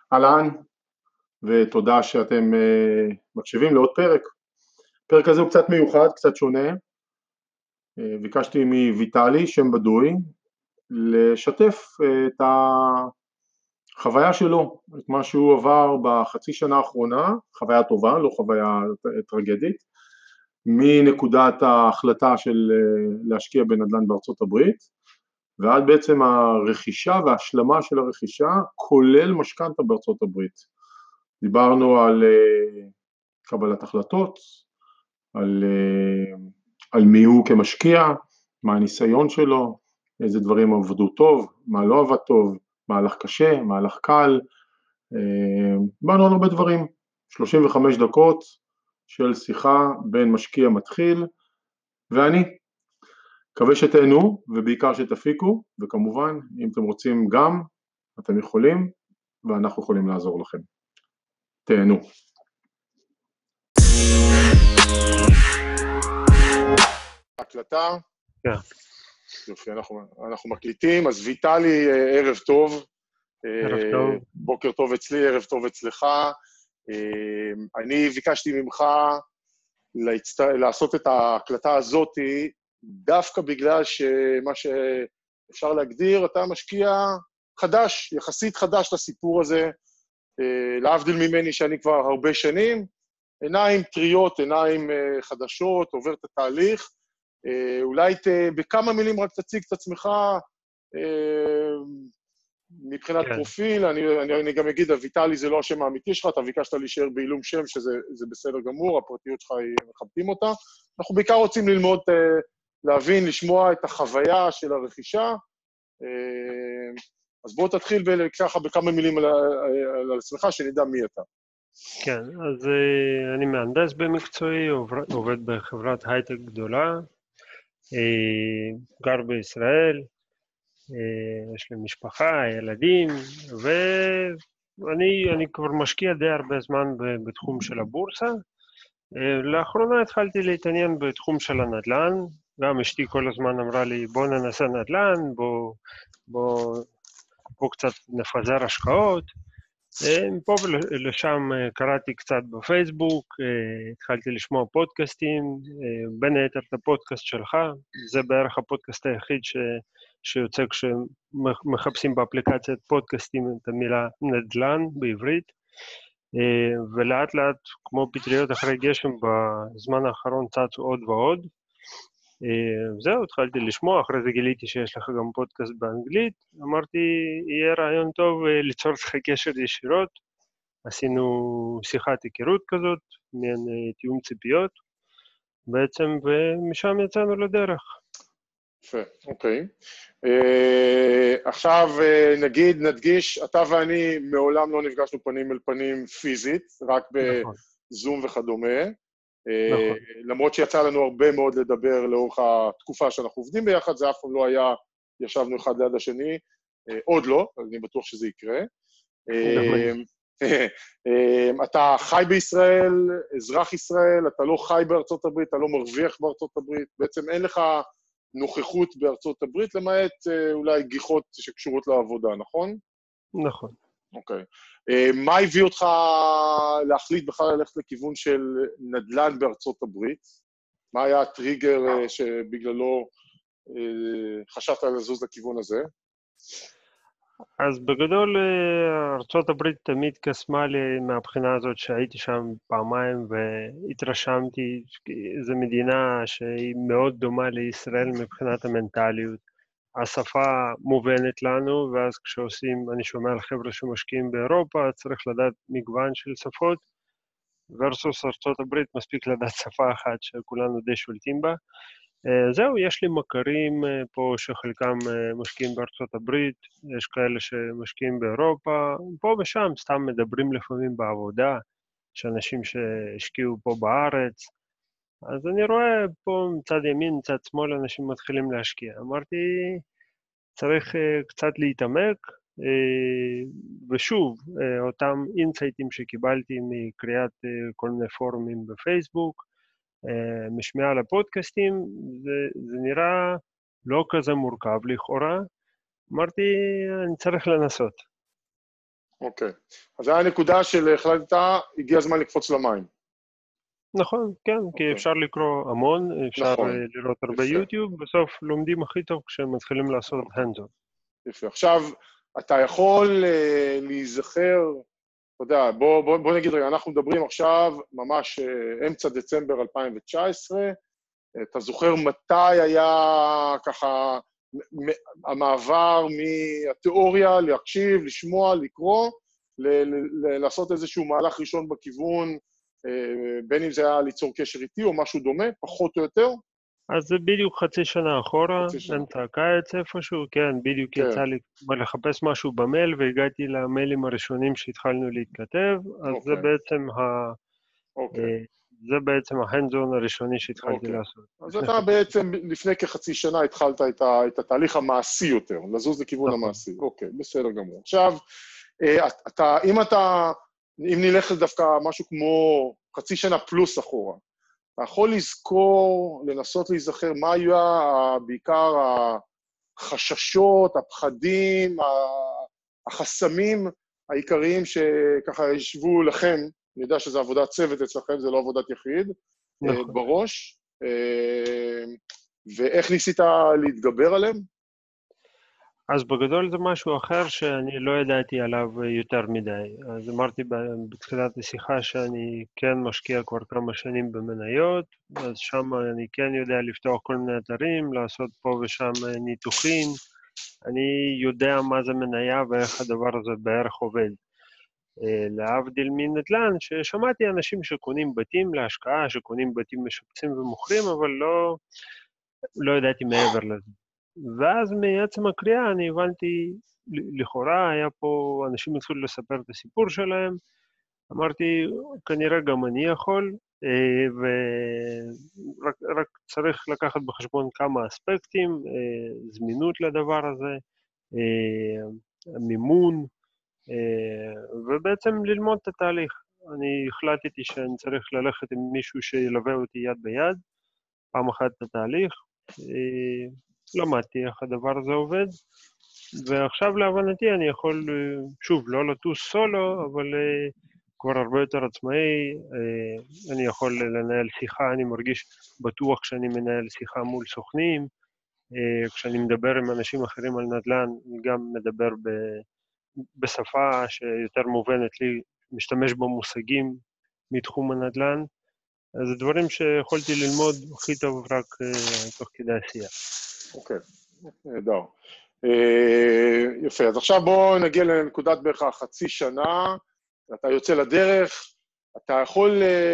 אהלן, ותודה שאתם מקשיבים לעוד פרק. הפרק הזה הוא קצת מיוחד, קצת שונה. ביקשתי מויטלי, שם בדוי, לשתף את החוויה שלו, את מה שהוא עבר בחצי שנה האחרונה, חוויה טובה, לא חוויה טרגדית, מנקודת ההחלטה של להשקיע בנדל"ן בארצות הברית, ועד בעצם הרכישה וההשלמה של הרכישה, כולל משכנתא בארצות הברית. דיברנו על קבלת החלטות, על מי הוא כמשקיע, מה הניסיון שלו, איזה דברים עבדו טוב, מה לא עבד טוב, מה הלך קשה, מה הלך קל, דיברנו על הרבה דברים, 35 דקות של שיחה בין משקיע מתחיל ואני. מקווה שתהנו ובעיקר שתפיקו, וכמובן אם אתם רוצים גם, אתם יכולים ואנחנו יכולים לעזור לכם. תהנו. הקלטה. כן. יופי, אנחנו מקליטים, אז ויטלי, ערב טוב. ערב טוב. בוקר טוב אצלי, ערב טוב אצלך. אני ביקשתי ממך לעשות את ההקלטה הזאת, דווקא בגלל שמה שאפשר להגדיר, אתה משקיע חדש, יחסית חדש לסיפור הזה, להבדיל ממני שאני כבר הרבה שנים, עיניים טריות, עיניים חדשות, עובר את התהליך. אולי בכמה מילים רק תציג את עצמך מבחינת פרופיל. אני גם אגיד, ויטלי זה לא השם האמיתי שלך, אתה ביקשת להישאר בעילום שם, שזה בסדר גמור, הפרטיות שלך מכבדים אותה. אנחנו בעיקר רוצים ללמוד, להבין, לשמוע את החוויה של הרכישה. אז בוא תתחיל וככה בכמה מילים על עצמך, שנדע מי אתה. כן, אז אני מהנדס במקצועי, עובד בחברת הייטק גדולה, גר בישראל, יש לי משפחה, ילדים, ואני כבר משקיע די הרבה זמן בתחום של הבורסה. לאחרונה התחלתי להתעניין בתחום של הנדל"ן, גם אשתי כל הזמן אמרה לי, בוא ננסה נדל"ן, בוא קצת נפזר השקעות. פה ולשם קראתי קצת בפייסבוק, התחלתי לשמוע פודקאסטים, בין היתר את הפודקאסט שלך, זה בערך הפודקאסט היחיד שיוצא כשמחפשים באפליקציית פודקאסטים את המילה נדל"ן בעברית, ולאט לאט כמו פטריות אחרי גשם בזמן האחרון צצו עוד ועוד. זהו, התחלתי לשמוע, אחרי זה גיליתי שיש לך גם פודקאסט באנגלית, אמרתי, יהיה רעיון טוב ליצור לך קשר ישירות, עשינו שיחת היכרות כזאת, מעין תיאום ציפיות, בעצם, ומשם יצאנו לדרך. יפה, אוקיי. עכשיו נדגיש, אתה ואני מעולם לא נפגשנו פנים אל פנים פיזית, רק בזום וכדומה. נכון. למרות שיצא לנו הרבה מאוד לדבר לאורך התקופה שאנחנו עובדים ביחד, זה אף פעם לא היה, ישבנו אחד ליד השני, עוד לא, אני בטוח שזה יקרה. אתה חי בישראל, אזרח ישראל, אתה לא חי בארצות הברית, אתה לא מרוויח בארצות הברית, בעצם אין לך נוכחות בארצות הברית, למעט אולי גיחות שקשורות לעבודה, נכון? נכון. אוקיי. מה הביא אותך להחליט בכלל ללכת לכיוון של נדל"ן בארצות הברית? מה היה הטריגר שבגללו חשבת לזוז לכיוון הזה? אז בגדול, ארצות הברית תמיד קסמה לי מהבחינה הזאת שהייתי שם פעמיים והתרשמתי, זו מדינה שהיא מאוד דומה לישראל מבחינת המנטליות. השפה מובנת לנו, ואז כשעושים, אני שומע על חבר'ה שמשקיעים באירופה, צריך לדעת מגוון של שפות, ורסוס ארצות הברית מספיק לדעת שפה אחת שכולנו די שולטים בה. זהו, יש לי מכרים פה שחלקם משקיעים בארצות הברית, יש כאלה שמשקיעים באירופה, פה ושם סתם מדברים לפעמים בעבודה, יש אנשים שהשקיעו פה בארץ, אז אני רואה פה מצד ימין, מצד שמאל, אנשים מתחילים להשקיע. אמרתי, צריך קצת להתעמק, ושוב, אותם אינסייטים שקיבלתי מקריאת כל מיני פורומים בפייסבוק, משמיעה לפודקאסטים, זה נראה לא כזה מורכב לכאורה, אמרתי, אני צריך לנסות. אוקיי. אז זו הנקודה של החלטת, הגיע הזמן לקפוץ למים. נכון, כן, כי אפשר לקרוא המון, אפשר נכון, לראות הרבה יפה. יוטיוב, בסוף לומדים הכי טוב כשמתחילים לעשות hands-on. יפה. עכשיו, אתה יכול להיזכר, אתה יודע, בוא נגיד רגע, אנחנו מדברים עכשיו ממש אמצע דצמבר 2019, אתה זוכר מתי היה ככה המעבר מהתיאוריה, להקשיב, לשמוע, לקרוא, לעשות איזשהו מהלך ראשון בכיוון, בין אם זה היה ליצור קשר איתי או משהו דומה, פחות או יותר? אז זה בדיוק חצי שנה אחורה, חצי שנה. אמצע הקיץ איפשהו, כן, בדיוק כן, יצא לי לחפש משהו במייל, והגעתי למיילים הראשונים שהתחלנו להתכתב, אז זה אוקיי, בעצם אוקיי. זה בעצם ההנדזון הראשוני שהתחלתי אוקיי. לעשות. אז לפני אתה חצי. בעצם לפני כחצי שנה התחלת את התהליך המעשי יותר, לזוז לכיוון נכון. המעשי. אוקיי, בסדר גמור. עכשיו, אם נלך דווקא משהו כמו חצי שנה פלוס אחורה, אתה יכול לזכור, לנסות להיזכר מה היו בעיקר החששות, הפחדים, החסמים העיקריים שככה ישבו לכם, אני יודע שזו עבודת צוות אצלכם, זה לא עבודת יחיד, נכון. בראש, ואיך ניסית להתגבר עליהם? אז בגדול זה משהו אחר שאני לא ידעתי עליו יותר מדי. אז אמרתי בתחילת השיחה שאני כן משקיע כבר כמה שנים במניות, אז שם אני כן יודע לפתוח כל מיני אתרים, לעשות פה ושם ניתוחים. אני יודע מה זה מניה ואיך הדבר הזה בערך עובד. להבדיל מנדל"ן, ששמעתי אנשים שקונים בתים להשקעה, שקונים בתים משפצים ומוכרים, אבל לא ידעתי מעבר לזה. ואז מעצם הקריאה אני הבנתי, לכאורה היה פה, אנשים התחילו לספר את הסיפור שלהם, אמרתי, כנראה גם אני יכול, ורק צריך לקחת בחשבון כמה אספקטים, זמינות לדבר הזה, מימון, ובעצם ללמוד את התהליך. אני החלטתי שאני צריך ללכת עם מישהו שילווה אותי יד ביד, פעם אחת את התהליך, למדתי איך הדבר הזה עובד, ועכשיו להבנתי אני יכול, שוב, לא לטוס סולו, אבל כבר הרבה יותר עצמאי, אני יכול לנהל שיחה, אני מרגיש בטוח כשאני מנהל שיחה מול סוכנים, כשאני מדבר עם אנשים אחרים על נדל"ן, אני גם מדבר בשפה שיותר מובנת לי, משתמש במושגים מתחום הנדל"ן, אז זה דברים שיכולתי ללמוד הכי טוב רק תוך כדי עשייה. אוקיי, נהדר. יפה, אז עכשיו בואו נגיע לנקודת בערך חצי שנה, אתה יוצא לדרך, אתה יכול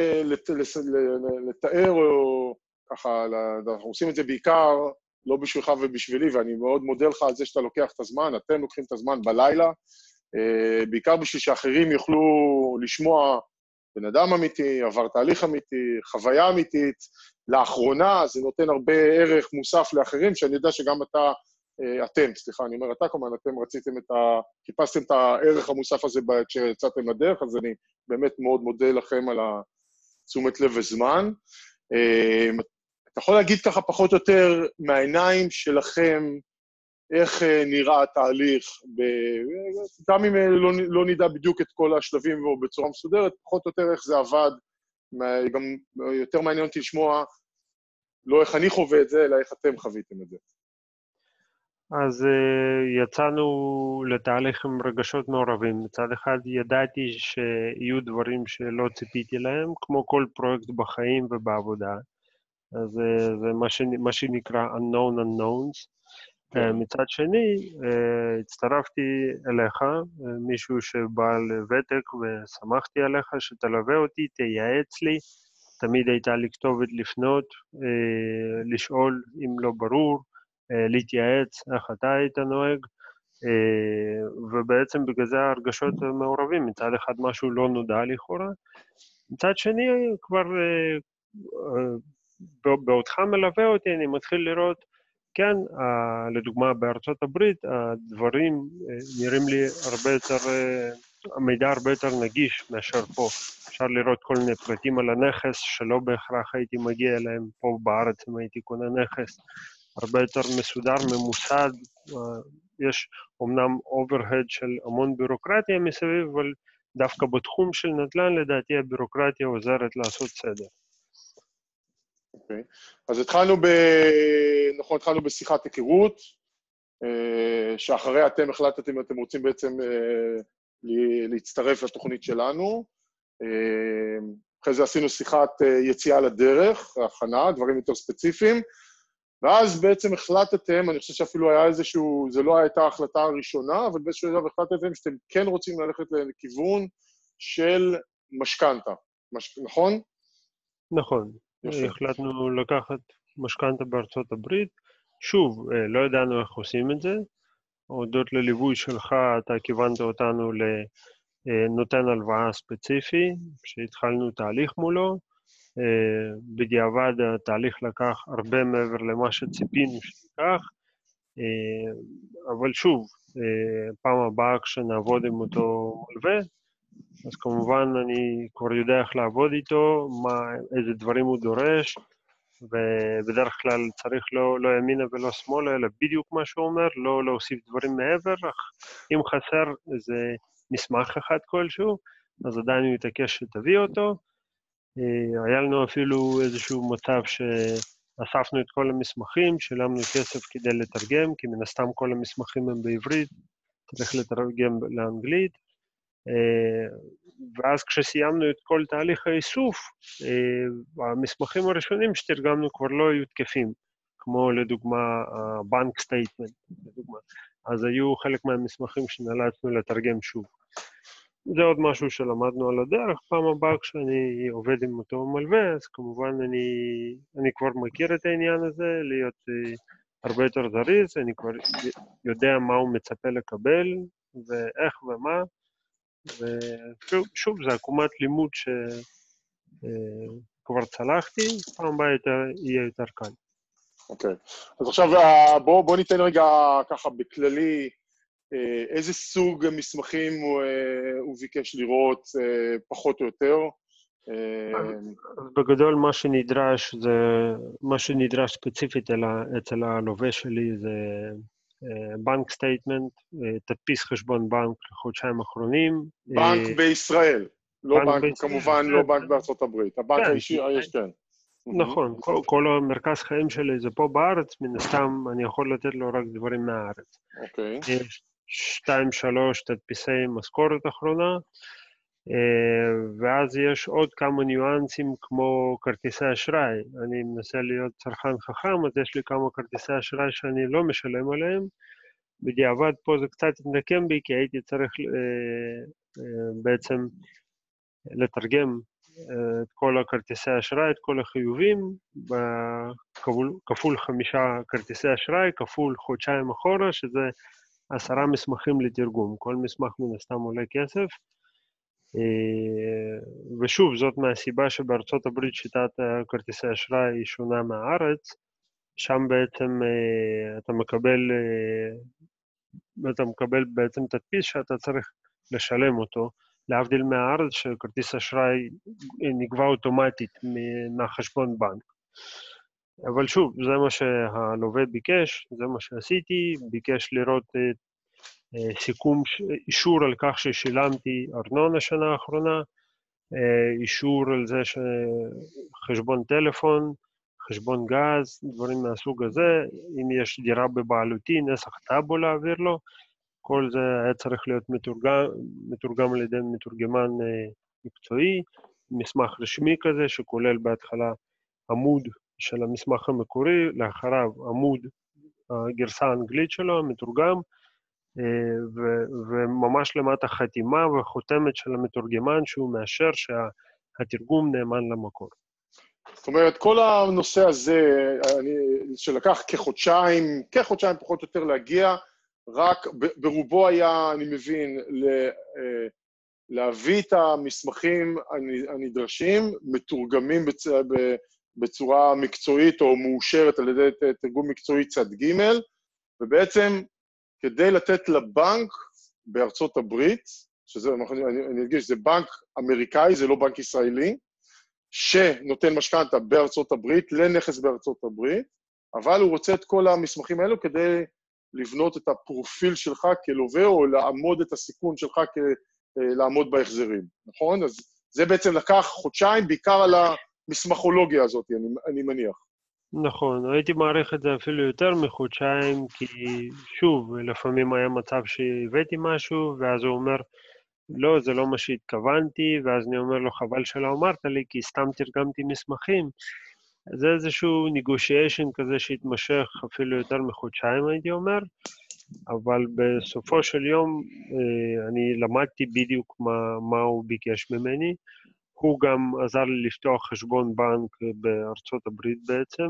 לתאר, או ככה, אנחנו עושים את זה בעיקר, לא בשבילך ובשבילי, ואני מאוד מודה לך על זה שאתה לוקח את הזמן, אתם לוקחים את הזמן בלילה, בעיקר בשביל שאחרים יוכלו לשמוע בן אדם אמיתי, עבר תהליך אמיתי, חוויה אמיתית, לאחרונה זה נותן הרבה ערך מוסף לאחרים, שאני יודע שגם אני אומר אתה כמובן, אתם חיפשתם את הערך המוסף הזה כשיצאתם לדרך, אז אני באמת מאוד מודה לכם על תשומת לב וזמן. אתה יכול להגיד ככה פחות או יותר מהעיניים שלכם, איך נראה התהליך, גם אם לא נדע בדיוק את כל השלבים או בצורה מסודרת, פחות או יותר איך זה עבד, גם יותר מעניין אותי לשמוע, לא איך אני חווה את זה, אלא איך אתם חוויתם את זה. אז יצאנו לתהליך עם רגשות מעורבים. מצד אחד ידעתי שיהיו דברים שלא ציפיתי להם, כמו כל פרויקט בחיים ובעבודה. אז זה מה שנקרא unknown unknowns. מצד שני, הצטרפתי אליך, מישהו שבעל ותק, ושמחתי עליך שתלווה אותי, תייעץ לי. תמיד הייתה לי כתובת לפנות, לשאול אם לא ברור, להתייעץ איך אתה היית נוהג, ובעצם בגלל זה הרגשות מעורבים. מצד אחד משהו לא נודע לכאורה, מצד שני כבר בעודך מלווה אותי, אני מתחיל לראות, כן, לדוגמה בארצות הברית, הדברים נראים לי הרבה יותר, המידע הרבה יותר נגיש מאשר פה. אפשר לראות כל מיני פרטים על הנכס שלא בהכרח הייתי מגיע אליהם פה בארץ אם הייתי קונה נכס. הרבה יותר מסודר, ממוסד, יש אומנם אוברהד של המון בירוקרטיה מסביב, אבל דווקא בתחום של נדל"ן, לדעתי הבירוקרטיה עוזרת לעשות סדר. אוקיי. אז התחלנו בשיחת היכרות, שאחריה אתם החלטתם, אתם רוצים בעצם להצטרף לתוכנית שלנו. אחרי זה עשינו שיחת יציאה לדרך, הכנה, דברים יותר ספציפיים, ואז בעצם החלטתם, אני חושב שאפילו היה איזשהו, זה לא הייתה ההחלטה הראשונה, אבל באיזשהו דבר החלטתם שאתם כן רוצים ללכת לכיוון של משכנתה, נכון? נכון, החלטנו לקחת משכנתה בארצות הברית. שוב, לא ידענו איך עושים את זה. הודות לליווי שלך, אתה כיוונת אותנו לנותן הלוואה ספציפי, שהתחלנו תהליך מולו. בדיעבד התהליך לקח הרבה מעבר למה שציפינו שתיקח, אבל שוב, פעם הבאה כשנעבוד עם אותו מלווה, אז כמובן אני כבר יודע איך לעבוד איתו, איזה דברים הוא דורש, ובדרך כלל צריך לא ימינה ולא שמאלה, אלא בדיוק מה שהוא אומר, לא להוסיף דברים מעבר, אך אם חסר איזה מסמך אחד כלשהו, אז עדיין הוא יתעקש שתביא אותו. היה לנו אפילו איזשהו מצב שאספנו את כל המסמכים, שילמנו כסף כדי לתרגם, כי מן הסתם כל המסמכים הם בעברית, צריך לתרגם לאנגלית, ואז כשסיימנו את כל תהליך האיסוף, המסמכים הראשונים שתרגמנו כבר לא היו תקפים, כמו לדוגמה בנק סטייטמנט, אז היו חלק מהמסמכים שנאלצנו לתרגם שוב. זה עוד משהו שלמדנו על הדרך. פעם הבאה כשאני עובד עם אותו מלווה, אז כמובן אני כבר מכיר את העניין הזה, להיות הרבה יותר זריז, אני כבר יודע מה הוא מצפה לקבל, ואיך ומה, ושוב, זה עקומת לימוד שכבר צלחתי, פעם הבאה יהיה יותר קל. אוקיי, אז עכשיו בוא ניתן רגע ככה בכללי, איזה סוג מסמכים הוא ביקש לראות פחות או יותר? אז בגדול מה שנדרש ספציפית אצל הלווה שלי זה בנק סטייטמנט, תדפיס חשבון בנק לחודשיים האחרונים. בנק בישראל, לא בנק, כמובן לא בנק בארצות הברית, הבנק האישי יש כן. נכון, כל המרכז חיים שלי זה פה בארץ, מן הסתם אני יכול לתת לו רק דברים מהארץ. אוקיי. 2-3 תדפיסי משכורת אחרונה, ואז יש עוד כמה ניואנסים כמו כרטיסי אשראי. אני מנסה להיות צרכן חכם, אז יש לי כמה כרטיסי אשראי שאני לא משלם עליהם. בדיעבד פה זה קצת התנקם בי, כי הייתי צריך בעצם לתרגם את כל הכרטיסי אשראי, את כל החיובים, כפול 5 כרטיסי אשראי, כפול חודשיים אחורה, שזה 10 מסמכים לתרגום. כל מסמך מן הסתם עולה כסף. ושוב, זאת מהסיבה שבארצות הברית שיטת כרטיסי אשראי היא שונה מהארץ. שם בעצם אתה מקבל בעצם תדפיס שאתה צריך לשלם אותו, להבדיל מהארץ שכרטיס אשראי נקבע אוטומטית מהחשבון בנק. אבל שוב, זה מה שהלווה ביקש, זה מה שעשיתי, ביקש לראות סיכום, אישור על כך ששילמתי ארנונה שנה האחרונה, אישור על זה שחשבון טלפון, חשבון גז, דברים מהסוג הזה, אם יש דירה בבעלותי, נסח טאבו להעביר לו, כל זה היה צריך להיות מתורגם על ידי מתורגמן מקצועי, מסמך רשמי כזה שכולל בהתחלה עמוד של המסמך המקורי, לאחריו עמוד הגרסה האנגלית שלו, מתורגם, וממש למטה חתימה וחותמת של המתורגמן שהוא מאשר שהתרגום נאמן למקור. זאת אומרת, כל הנושא הזה שלקח כחודשיים פחות או יותר להגיע, רק ברובו היה, אני מבין, להביא את המסמכים הנדרשים, מתורגמים בצורה מקצועית או מאושרת על ידי תרגום מקצועי צד ג', ובעצם כדי לתת לבנק בארצות הברית, אני אדגיש, זה בנק אמריקאי, זה לא בנק ישראלי, שנותן משכנתה בארצות הברית, לנכס בארצות הברית, אבל הוא רוצה את כל המסמכים האלו כדי לבנות את הפרופיל שלך כלווה, או לעמוד את הסיכון שלך לעמוד בהחזרים, נכון? אז זה בעצם לקח חודשיים, בעיקר על המסמכולוגיה הזאת, אני מניח. נכון, הייתי מעריך את זה אפילו יותר מחודשיים, כי שוב, לפעמים היה מצב שהבאתי משהו, ואז הוא אומר, לא, זה לא מה שהתכוונתי, ואז אני אומר לו, חבל שלא אמרת לי, כי סתם תרגמתי מסמכים. זה איזשהו negotiation כזה שהתמשך אפילו יותר מחודשיים, הייתי אומר, אבל בסופו של יום אני למדתי בדיוק מה הוא ביקש ממני. הוא גם עזר לי לפתוח חשבון בנק בארצות הברית בעצם,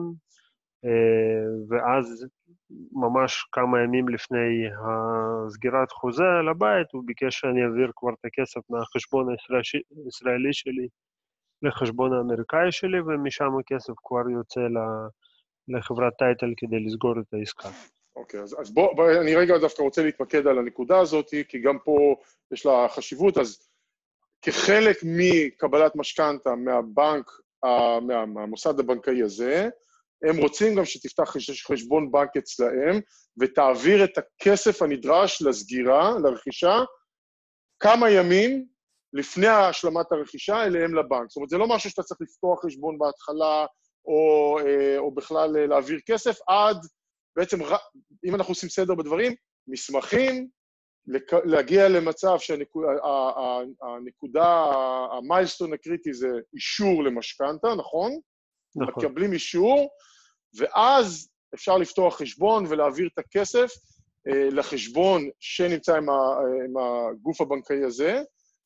ואז ממש כמה ימים לפני הסגירת חוזה על הבית, הוא ביקש שאני אעביר כבר את הכסף מהחשבון הישראלי שלי לחשבון האמריקאי שלי, ומשם הכסף כבר יוצא לחברת טייטל כדי לסגור את העסקה. אוקיי, אז בוא, אני רגע דווקא רוצה להתמקד על הנקודה הזאת, כי גם פה יש לה חשיבות. אז כחלק מקבלת משכנתה מהבנק, מהמוסד הבנקאי הזה, הם רוצים גם שתפתח חשבון בנק אצלהם, ותעביר את הכסף הנדרש לסגירה, לרכישה, כמה ימים לפני השלמת הרכישה אליהם לבנק. זאת אומרת, זה לא משהו שאתה צריך לפתוח חשבון בהתחלה, או בכלל להעביר כסף, עד בעצם, אם אנחנו עושים סדר בדברים, מסמכים, להגיע למצב שהנקודה, המיילסטון הקריטי זה אישור למשכנתה, נכון? נכון. מקבלים אישור, ואז אפשר לפתוח חשבון ולהעביר את הכסף לחשבון שנמצא עם הגוף הבנקאי הזה,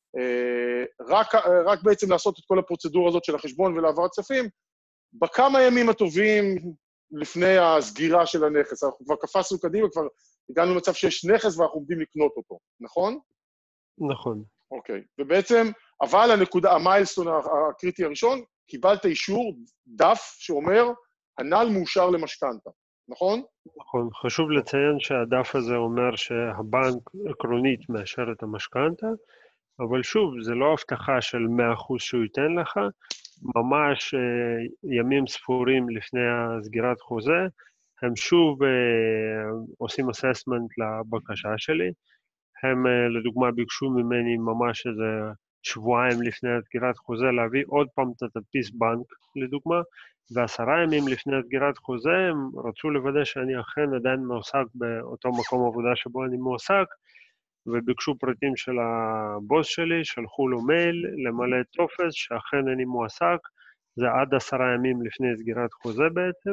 רק בעצם לעשות את כל הפרוצדורה הזאת של החשבון ולהעברת כספים, בכמה ימים הטובים לפני הסגירה של הנכס. אנחנו כבר קפצנו קדימה, כבר הגענו למצב שיש נכס ואנחנו עומדים לקנות אותו, נכון? נכון. אוקיי, ובעצם, אבל הנקודה, המיילסטון הקריטי הראשון, קיבלת אישור, דף שאומר, הנ"ל מאושר למשכנתה, נכון? נכון, חשוב לציין שהדף הזה אומר שהבנק עקרונית מאשר את המשכנתה, אבל שוב, זה לא הבטחה של 100% שהוא ייתן לך, ממש ימים ספורים לפני הסגירת חוזה, הם שוב עושים אססמנט לבקשה שלי, הם לדוגמה ביקשו ממני ממש איזה שבועיים לפני הסגירת חוזה להביא עוד פעם את התדפיס בנק לדוגמה, ו10 ימים לפני הסגירת חוזה הם רצו לוודא שאני אכן עדיין מועסק באותו מקום עבודה שבו אני מועסק, וביקשו פרטים של הבוס שלי, שלחו לו מייל למלא טופס שאכן אני מועסק, זה עד 10 ימים לפני סגירת חוזה בעצם,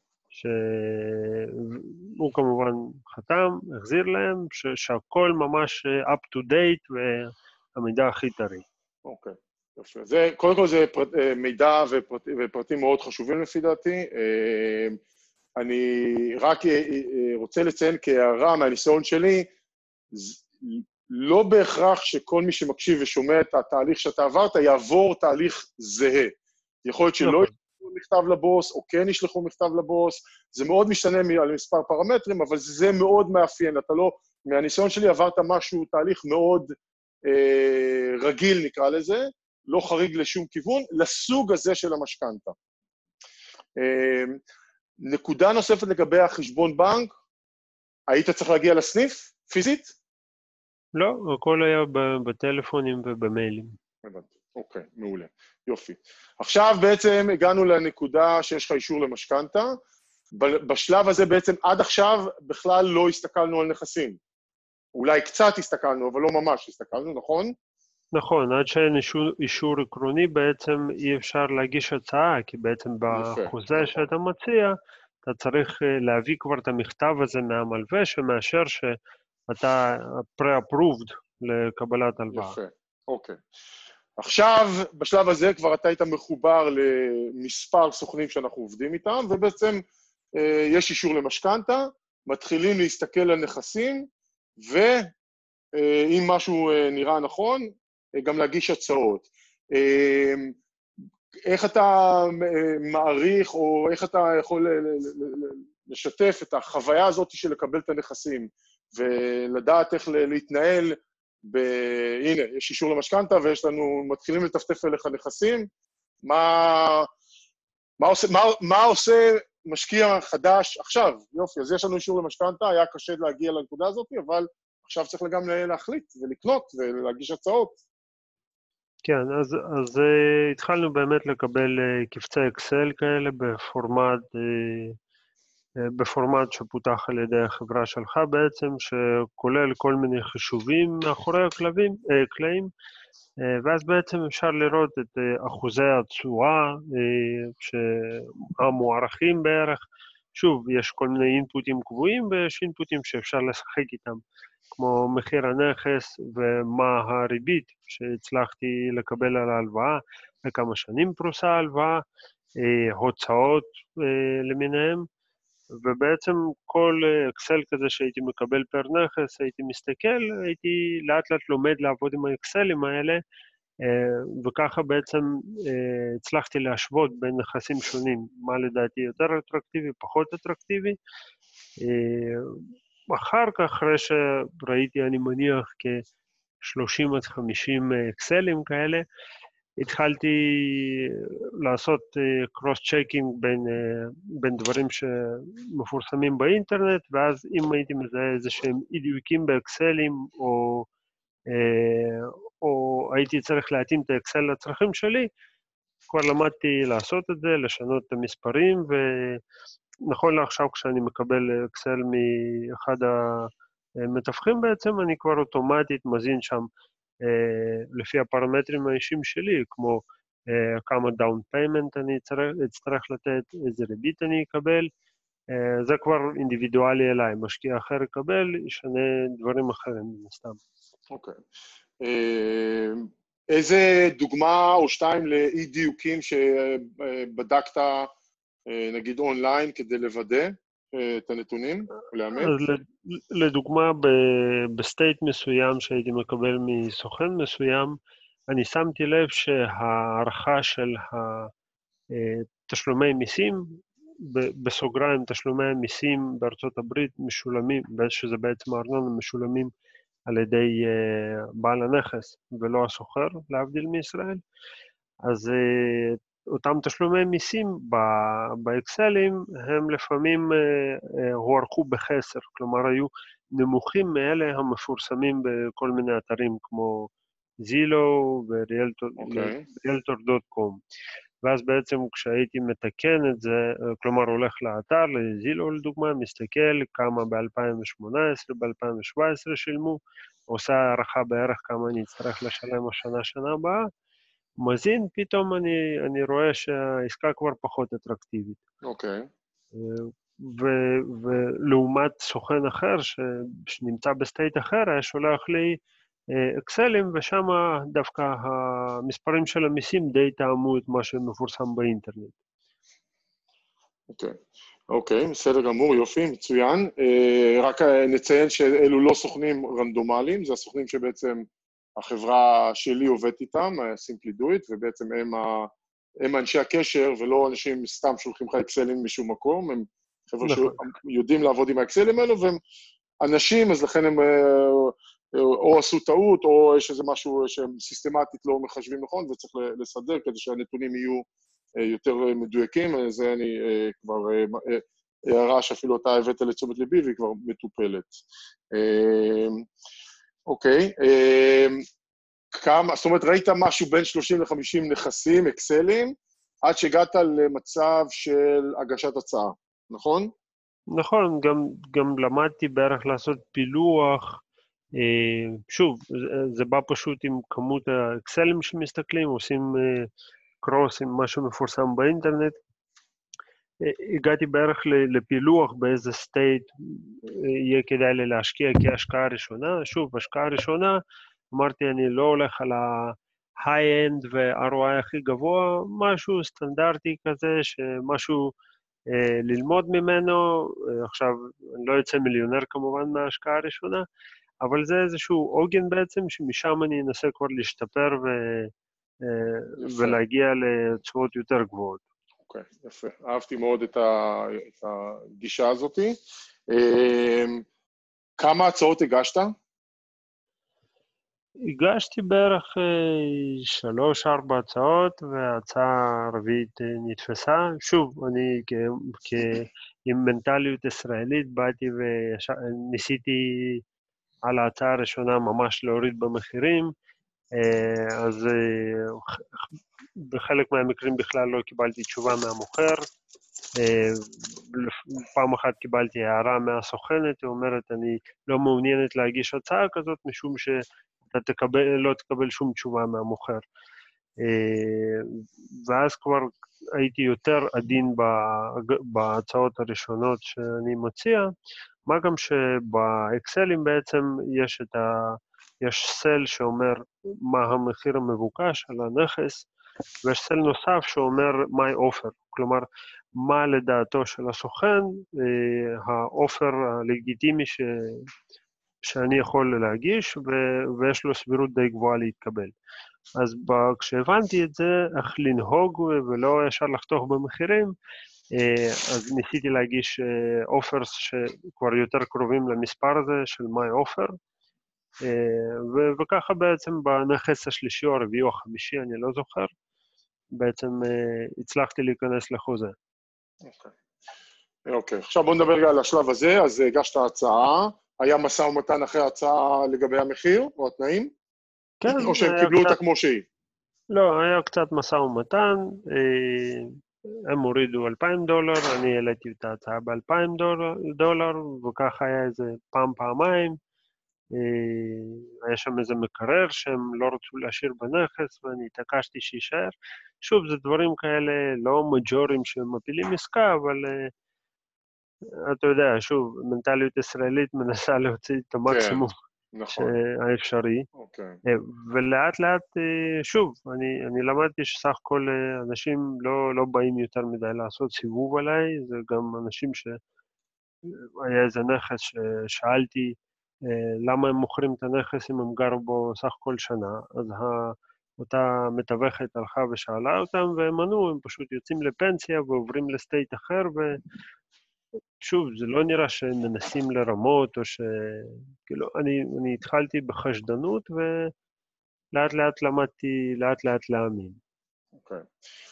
שהוא כמובן חתם, החזיר להם, שהכל ממש up to date והמידע הכי טרי. אוקיי, יופי. זה, קודם כל זה מידע ופרטים מאוד חשובים לפי דעתי. אני רק רוצה לציין כהערה מהניסיון שלי, לא בהכרח שכל מי שמקשיב ושומע את התהליך שאתה עברת, יעבור תהליך זהה. יכול להיות שלא ישלחו מכתב לבוס, או כן ישלחו מכתב לבוס, זה מאוד משתנה על מספר פרמטרים, אבל זה מאוד מאפיין. אתה לא, מהניסיון שלי עברת משהו, תהליך מאוד רגיל נקרא לזה, לא חריג לשום כיוון, לסוג הזה של המשכנתה. נקודה נוספת לגבי החשבון בנק, היית צריך להגיע לסניף, פיזית? לא, הכל היה בטלפונים ובמיילים. אוקיי, מעולה, יופי. עכשיו בעצם הגענו לנקודה שיש לך אישור למשכנתה, בשלב הזה בעצם עד עכשיו בכלל לא הסתכלנו על נכסים. אולי קצת הסתכלנו, אבל לא ממש הסתכלנו, נכון? נכון, עד שאין אישור עקרוני בעצם אי אפשר להגיש הצעה, כי בעצם בחוזה שאתה מציע, אתה צריך להביא כבר את המכתב הזה מהמלווה שמאשר שאתה pre-approved לקבלת הלוואה. יפה, אוקיי. עכשיו, בשלב הזה כבר אתה היית מחובר למספר סוכנים שאנחנו עובדים איתם, ובעצם יש אישור למשכנתה, מתחילים להסתכל על נכסים, ואם משהו נראה נכון, גם להגיש הצעות. איך אתה מעריך, או איך אתה יכול לשתף את החוויה הזאת של לקבל את הנכסים, ולדעת איך להתנהל, הנה, יש אישור למשכנתה, ויש לנו, מתחילים לטפטף אליך נכסים, מה עושה משקיע חדש עכשיו, יופי, אז יש לנו אישור למשכנתה, היה קשה להגיע לנקודה הזאת, אבל עכשיו צריך גם להחליט ולקנות ולהגיש הצעות. כן, אז התחלנו באמת לקבל קבצי אקסל כאלה בפורמט שפותח על ידי החברה שלך בעצם, שכולל כל מיני חישובים מאחורי הקלעים, ואז בעצם אפשר לראות את אחוזי התשואה המוערכים בערך. שוב, יש כל מיני אינפוטים קבועים ויש אינפוטים שאפשר לשחק איתם, כמו מחיר הנכס ומה הריבית שהצלחתי לקבל על ההלוואה, וכמה שנים פרוסה ההלוואה, הוצאות למיניהם, ובעצם כל אקסל כזה שהייתי מקבל פר נכס, הייתי מסתכל, הייתי לאט לאט לומד לעבוד עם האקסלים האלה, וככה בעצם הצלחתי להשוות בין נכסים שונים, מה לדעתי יותר אטרקטיבי, פחות אטרקטיבי. אחר כך, אחרי שראיתי, אני מניח, כ-30 עד 50 אקסלים כאלה, התחלתי לעשות קרוס-צ'קינג בין דברים שמפורסמים באינטרנט, ואז אם הייתי מזהה איזה שהם אי-דיוקים באקסלים, או הייתי צריך להתאים את האקסל לצרכים שלי, כבר למדתי לעשות את זה, לשנות את המספרים, ונכון לעכשיו כשאני מקבל אקסל מאחד המתווכים בעצם, אני כבר אוטומטית מזין שם לפי הפרמטרים האישיים שלי, כמו כמה דאון פיימנט אני אצטרך לתת, איזה ריבית אני אקבל, זה כבר אינדיבידואלי אליי, משקיע אחר יקבל, ישנה דברים אחרים מסתם. אוקיי. איזה דוגמה או שתיים לאי דיוקים שבדקת, נגיד אונליין, כדי לוודא את הנתונים, לאמת? לדוגמה, בסטייט מסוים שהייתי מקבל מסוכן מסוים, אני שמתי לב שהערכה של תשלומי מיסים, בסוגריים תשלומי המיסים בארצות הברית משולמים, שזה בעצם הארנונה, משולמים על ידי בעל הנכס ולא הסוחר, להבדיל מישראל. אז אותם תשלומי מיסים באקסלים הם לפעמים הוערכו בחסר, כלומר היו נמוכים מאלה המפורסמים בכל מיני אתרים כמו זילו וריאלטור.קום. ואז בעצם כשהייתי מתקן את זה, כלומר הולך לאתר, לזילו לדוגמה, מסתכל כמה ב-2018, ב-2017 שילמו, עושה הערכה בערך כמה אני אצטרך לשלם השנה הבאה, מזין, פתאום אני רואה שהעסקה כבר פחות אטרקטיבית. אוקיי. ולעומת סוכן אחר שנמצא בסטייט אחר, היה שולח לי אקסלים, ושם דווקא המספרים של המיסים די טעמו את מה שמפורסם באינטרנט. אוקיי, בסדר גמור, יופי, מצוין. רק נציין שאלו לא סוכנים רנדומליים, זה הסוכנים שבעצם החברה שלי עובדת איתם, Simply Do It, ובעצם הם אנשי הקשר, ולא אנשים סתם שולחים לך אקסלים משום מקום, הם חבר'ה שיודעים לעבוד עם האקסלים האלו, והם אנשים, אז לכן הם או עשו טעות, או יש איזה משהו שהם סיסטמטית לא מחשבים נכון, וצריך לסדר כדי שהנתונים יהיו יותר מדויקים, זה אני כבר הערה שאפילו אתה הבאת לתשומת ליבי, והיא כבר מטופלת. אוקיי, זאת אומרת, ראית משהו בין 30 ל-50 נכסים, אקסלים, עד שהגעת למצב של הגשת הצעה, נכון? נכון, גם למדתי בערך לעשות פילוח, שוב, זה בא פשוט עם כמות האקסלים שמסתכלים, עושים קרוס עם משהו מפורסם באינטרנט, הגעתי בערך לפילוח באיזה סטייט יהיה כדאי לי להשקיע כהשקעה ראשונה. שוב, השקעה ראשונה, אמרתי, אני לא הולך על ה-high-end ו-ROI הכי גבוה, משהו סטנדרטי כזה, שמשהו ללמוד ממנו. עכשיו, אני לא יוצא מיליונר כמובן מההשקעה הראשונה, אבל זה איזשהו עוגן בעצם, שמשם אני אנסה כבר להשתפר ולהגיע לתשואות יותר גבוהות. אוקיי, יפה. אהבתי מאוד את הגישה הזאת. כמה הצעות הגשת? הגשתי בערך 3-4 הצעות, וההצעה הרביעית נתפסה. שוב, אני עם מנטליות ישראלית באתי וניסיתי על ההצעה הראשונה ממש להוריד במחירים, אז בחלק מהמקרים בכלל לא קיבלתי תשובה מהמוכר. פעם אחת קיבלתי הערה מהסוכנת, היא אומרת, אני לא מעוניינת להגיש הצעה כזאת, משום שאתה לא תקבל שום תשובה מהמוכר. ואז כבר הייתי יותר עדין בהצעות הראשונות שאני מציע, מה גם שבאקסלים בעצם יש סל שאומר מה המחיר המבוקש על הנכס, ויש סל נוסף שאומר my offer, כלומר, מה לדעתו של הסוכן, האופר הלגיטימי שאני יכול להגיש, ויש לו סבירות די גבוהה להתקבל. אז כשהבנתי את זה, איך לנהוג ולא ישר לחתוך במחירים, אז ניסיתי להגיש אופרס שכבר יותר קרובים למספר הזה של my offer, וככה בעצם בנכס השלישי או הרביעי או החמישי, אני לא זוכר, בעצם הצלחתי להיכנס לחוזה. אוקיי, עכשיו בוא נדבר רגע על השלב הזה. אז הגשת הצעה, היה משא ומתן אחרי ההצעה לגבי המחיר או התנאים? כן. או שהם קיבלו אותה כמו שהיא? לא, היה קצת משא ומתן, הם הורידו $2,000, אני העליתי את ההצעה $2,000, וככה היה איזה פעמיים, היה שם איזה מקרר שהם לא רצו להשאיר בנכס, ואני התעקשתי שישאר. שוב, זה דברים כאלה לא מג'ורים שמפילים עסקה, אבל אתה יודע, שוב, מנטליות ישראלית מנסה להוציא את המקסימום האפשרי, ולאט לאט, שוב, אני למדתי שסך הכל אנשים לא באים יותר מדי לעשות סיבוב עליי, זה גם אנשים שהיה איזה נכס ששאלתי למה הם מוכרים את הנכס אם הם גרו בו סך הכל שנה, אז אותה מתווכת הלכה ושאלה אותם והם ענו, הם פשוט יוצאים לפנסיה ועוברים לסטייט אחר, שוב, זה לא נראה שמנסים לרמות, או כאילו, אני התחלתי בחשדנות, ולאט לאט למדתי, לאט לאט להאמין. אוקיי.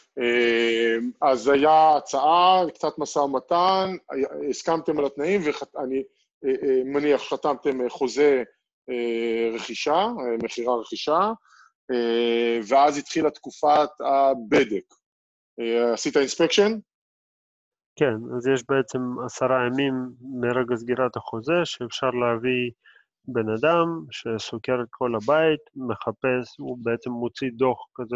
אז היה הצעה, קצת משא ומתן, הסכמתם על התנאים, ואני מניח שחתמתם חוזה רכישה, מחירה רכישה, ואז התחילה תקופת הבדק. עשית אינספקשן? כן, אז יש בעצם 10 ימים מרגע סגירת החוזה, שאפשר להביא בן אדם שסוקר את כל הבית, מחפש, הוא בעצם מוציא דוח כזה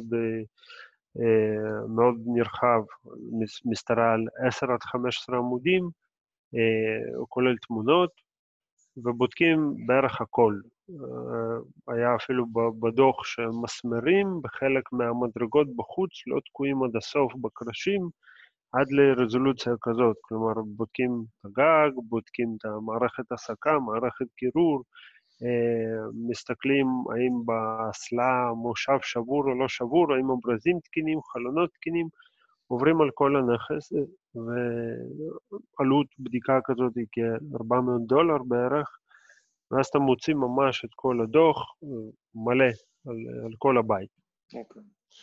מאוד נרחב, משתרע על 10-15 עמודים, הוא כולל תמונות, ובודקים בערך הכל. היה אפילו בדוח שמסמרים, בחלק מהמדרגות בחוץ, לא תקועים עד הסוף בקרשים, עד לרזולוציה כזאת, כלומר בודקים את הגג, בודקים את המערכת הסקה, מערכת קירור, מסתכלים האם באסלה מושב שבור או לא שבור, האם הברזים תקינים, חלונות תקינים, עוברים על כל הנכס, ועלות בדיקה כזאת היא $400 בערך, ואז אתה מוציא ממש את כל הדוח מלא על כל הבית. אוקיי.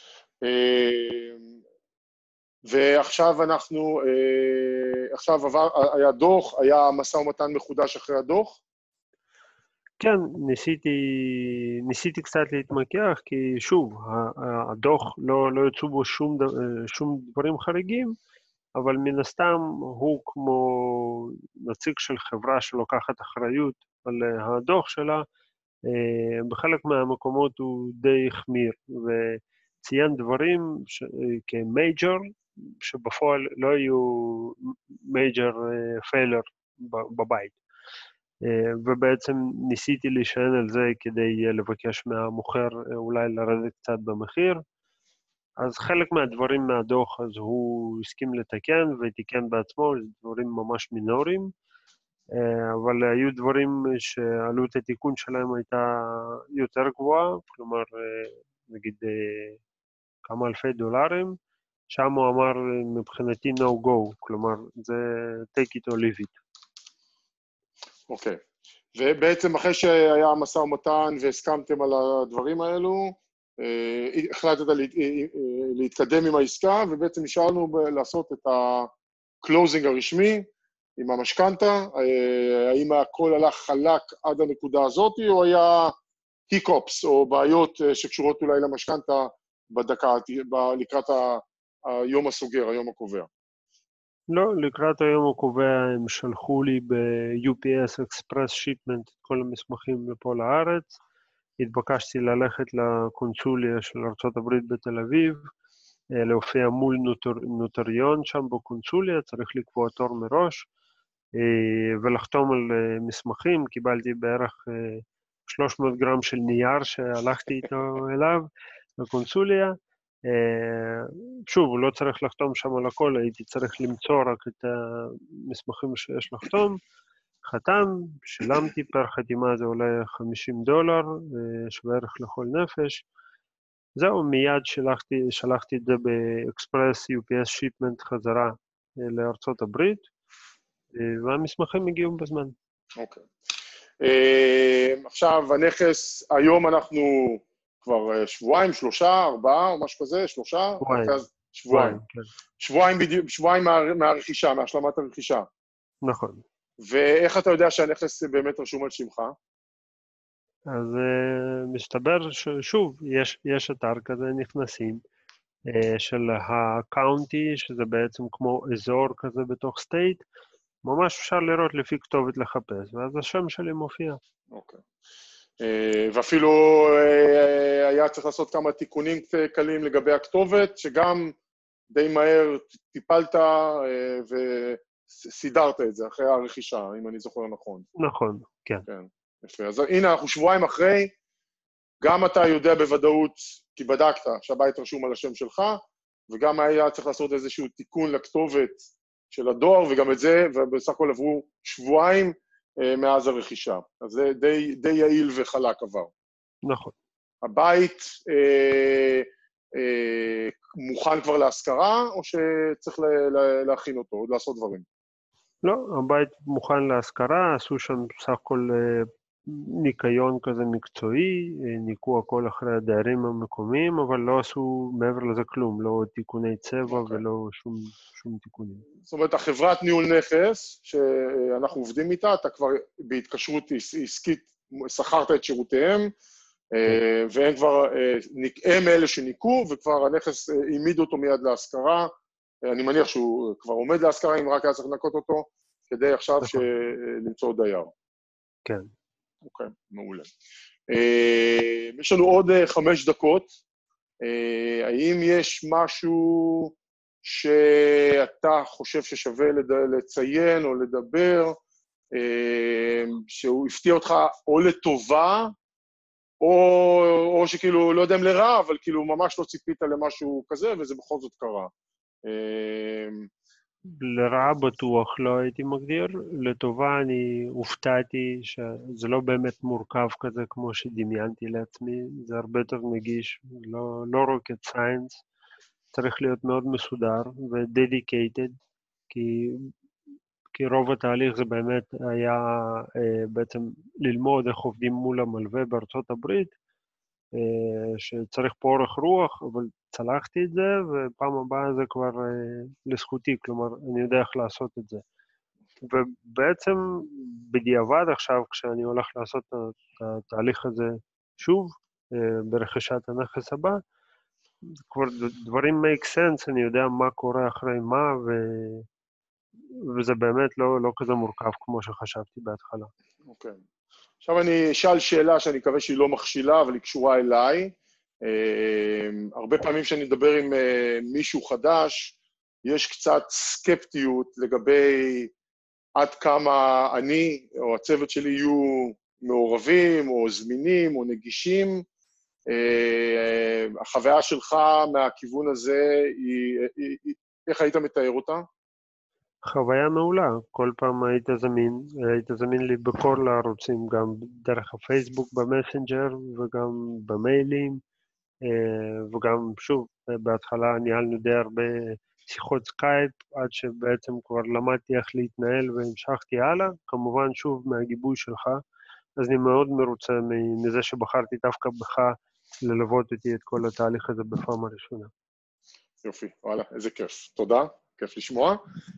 ועכשיו עכשיו היה דוח, היה משא ומתן מחודש אחרי הדוח? כן, ניסיתי קצת להתמקח, כי שוב, הדוח לא יצאו בו שום דברים חריגים, אבל מן הסתם הוא כמו נציג של חברה שלוקחת אחריות על הדוח שלה, בחלק מהמקומות הוא די החמיר, וציין דברים כמייג'ר, שבפועל לא יהיו מייג'ר פיילר בבית. ובעצם ניסיתי להישען על זה כדי לבקש מהמוכר אולי לרדת קצת במחיר, אז חלק מהדברים מהדוח אז הוא הסכים לתקן ותיקן בעצמו, זה דברים ממש מינוריים, אבל היו דברים שעלות התיקון שלהם הייתה יותר גבוהה, כלומר נגיד כמה אלפי דולרים, שם הוא אמר מבחינתי no go, כלומר זה take it or leave it. אוקיי. ובעצם אחרי שהיה משא ומתן והסכמתם על הדברים האלו, החלטת להתקדם עם העסקה, ובעצם נשארנו לעשות את הקלוזינג הרשמי עם המשכנתה. האם הכל הלך חלק עד הנקודה הזאת, או היה היקופס או בעיות שקשורות אולי למשכנתה בדקה, לקראת היום הסוגר, היום הקובע? לא, לקראת היום הקובע הם שלחו לי ב-UPS Express Shipment את כל המסמכים לפה לארץ. התבקשתי ללכת לקונסוליה של ארצות הברית בתל אביב, להופיע מול נוטריון שם בקונסוליה, צריך לקבוע תור מראש, ולחתום על מסמכים. קיבלתי בערך 300 גרם של נייר שהלכתי איתו אליו לקונסוליה. שוב, לא צריך לחתום שם על הכל, הייתי צריך למצוא רק את המסמכים שיש לחתום. חתם, שילמתי, פר חתימה זה עולה $50, שווה ערך לכל נפש. זהו, מיד שלחתי את זה באקספרס UPS שיפמנט חזרה לארצות הברית, והמסמכים הגיעו בזמן. אוקיי. עכשיו, הנכס, היום אנחנו כבר שבועיים, 3, 4, או משהו כזה, 3? שבועיים. שבועיים מהרכישה, מהשלמת הרכישה. נכון. ואיך אתה יודע שהנכס באמת רשום על שמך? אז מסתבר ששוב, יש אתר כזה נכנסים, של הקאונטי, שזה בעצם כמו אזור כזה בתוך סטייט, ממש אפשר לראות לפי כתובת לחפש, ואז השם שלי מופיע. אוקיי. ואפילו היה צריך לעשות כמה תיקונים קלים לגבי הכתובת, שגם די מהר טיפלת וסידרת את זה אחרי הרכישה, אם אני זוכר נכון. נכון, כן. כן, יפה. אז הנה, אנחנו שבועיים אחרי, גם אתה יודע בוודאות, כי בדקת שהבית רשום על השם שלך, וגם היה צריך לעשות איזשהו תיקון לכתובת של הדואר, וגם את זה, ובסך הכל עברו שבועיים מאז הרכישה. אז זה די יעיל וחלק עבר. נכון. הבית מוכן כבר להשכרה, או שצריך להכין אותו, עוד לעשות דברים? לא, הבית מוכן להשכרה, עשו שם בסך הכל ניקיון כזה מקצועי, ניקו הכל אחרי הדיירים המקומיים, אבל לא עשו מעבר לזה כלום, לא תיקוני צבע ולא שום תיקונים. זאת אומרת, החברת ניהול נכס, שאנחנו עובדים איתה, אתה כבר בהתקשרות עסקית, שכרת את שירותיהם, והם כבר, הם אלה שניקו, וכבר הנכס העמיד אותו מיד להשכרה, אני מניח שהוא כבר עומד להשכרה, אם רק היה צריך לנקות אותו, כדי עכשיו למצוא דייר. כן. אוקיי, מעולה. יש לנו עוד 5 דקות. האם יש משהו שאתה חושב ששווה לציין או לדבר, שהוא הפתיע אותך או לטובה, או שכאילו, לא יודע אם לרע, אבל כאילו ממש לא ציפית למשהו כזה, וזה בכל זאת קרה. לרעה בטוח לא הייתי מגדיר, לטובה אני הופתעתי שזה לא באמת מורכב כזה כמו שדמיינתי לעצמי, זה הרבה יותר נגיש, לא rocket science, צריך להיות מאוד מסודר ו-dedicated, כי רוב התהליך זה באמת היה בעצם ללמוד איך עובדים מול המלווה בארצות הברית, שצריך פה אורך רוח, אבל צלחתי את זה, ופעם הבאה זה כבר לזכותי, כלומר, אני יודע איך לעשות את זה. ובעצם בדיעבד עכשיו, כשאני הולך לעשות את התהליך הזה שוב, ברכישת הנכס הבא, כבר דברים make sense, אני יודע מה קורה אחרי מה, וזה באמת לא כזה מורכב כמו שחשבתי בהתחלה. אוקיי. עכשיו אני אשאל שאלה שאני מקווה שהיא לא מכשילה, אבל היא קשורה אליי. הרבה פעמים שאני מדבר עם מישהו חדש, יש קצת סקפטיות לגבי עד כמה אני או הצוות שלי יהיו מעורבים או זמינים או נגישים. החוויה שלך מהכיוון הזה, איך היית מתאר אותה? חוויה מעולה, כל פעם היית זמין לי בכל הערוצים, גם דרך הפייסבוק במסנג'ר וגם במיילים, וגם שוב, בהתחלה ניהלנו די הרבה שיחות סקייפ, עד שבעצם כבר למדתי איך להתנהל והמשכתי הלאה, כמובן שוב מהגיבוי שלך, אז אני מאוד מרוצה מזה שבחרתי דווקא בך ללוות אותי את כל התהליך הזה בפעם הראשונה. יופי, וואלה, איזה כיף. תודה, כיף לשמוע.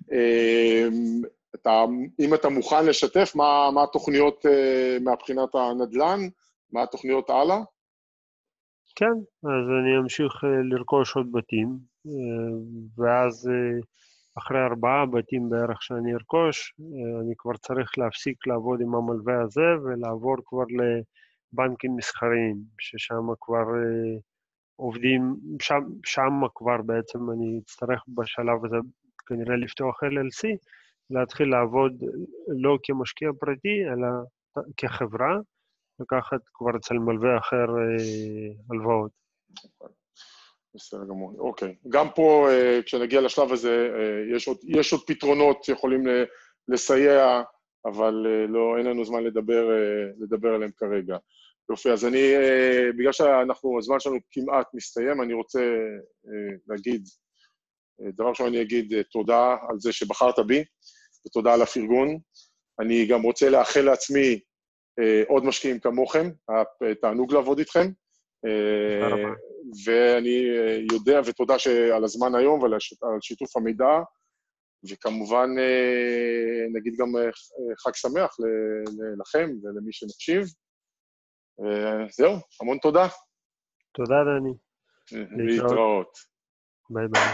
אם אתה מוכן לשתף, מה התוכניות מהבחינת הנדל"ן? מה התוכניות הלאה? כן, אז אני אמשיך לרכוש עוד בתים, ואז אחרי 4 בתים בערך שאני ארכוש, אני כבר צריך להפסיק לעבוד עם המלווה הזה ולעבור כבר לבנקים מסחריים, ששם כבר עובדים, שם כבר בעצם אני אצטרך בשלב הזה כנראה לפתוח LLC, להתחיל לעבוד לא כמשקיע פרטי, אלא כחברה, לקחת כבר אצל מלווה אחר הלוואות. בסדר גמור, אוקיי. גם פה, כשנגיע לשלב הזה, יש עוד פתרונות שיכולים לסייע, אבל לא, אין לנו זמן לדבר עליהם כרגע. יופי, אז בגלל הזמן שלנו כמעט מסתיים, אני רוצה להגיד, דבר ראשון אני אגיד תודה על זה שבחרת בי, ותודה על הפרגון. אני גם רוצה לאחל לעצמי עוד משקיעים כמוכם, תענוג לעבוד איתכם. תודה רבה. ואני יודע, ותודה על הזמן היום ועל שיתוף המידע, וכמובן נגיד גם חג שמח לכם ולמי שמקשיב. זהו, המון תודה. תודה, דני. להתראות. ביי ביי.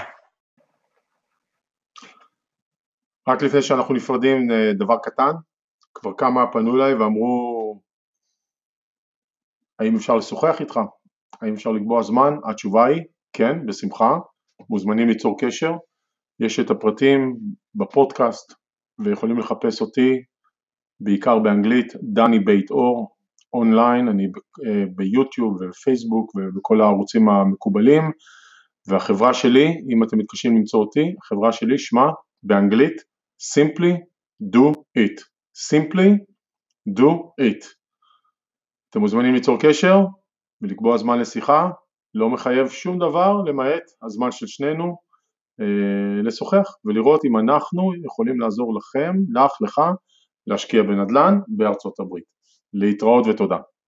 רק לפני שאנחנו נפרדים, דבר קטן, כבר כמה פנו אליי ואמרו, האם אפשר לשוחח איתך? האם אפשר לקבוע זמן? התשובה היא, כן, בשמחה, מוזמנים ליצור קשר, יש את הפרטים בפודקאסט, ויכולים לחפש אותי, בעיקר באנגלית, דני בית אור, אונליין, אני ביוטיוב ובפייסבוק ובכל הערוצים המקובלים, והחברה שלי, אם אתם מתקשים למצוא אותי, החברה שלי שמה באנגלית, Simply Do It, Simply Do It. אתם מוזמנים ליצור קשר ולקבוע זמן לשיחה, לא מחייב שום דבר למעט הזמן של שנינו לשוחח ולראות אם אנחנו יכולים לעזור לכם, לך, להשקיע בנדל"ן בארצות הברית. להתראות ותודה.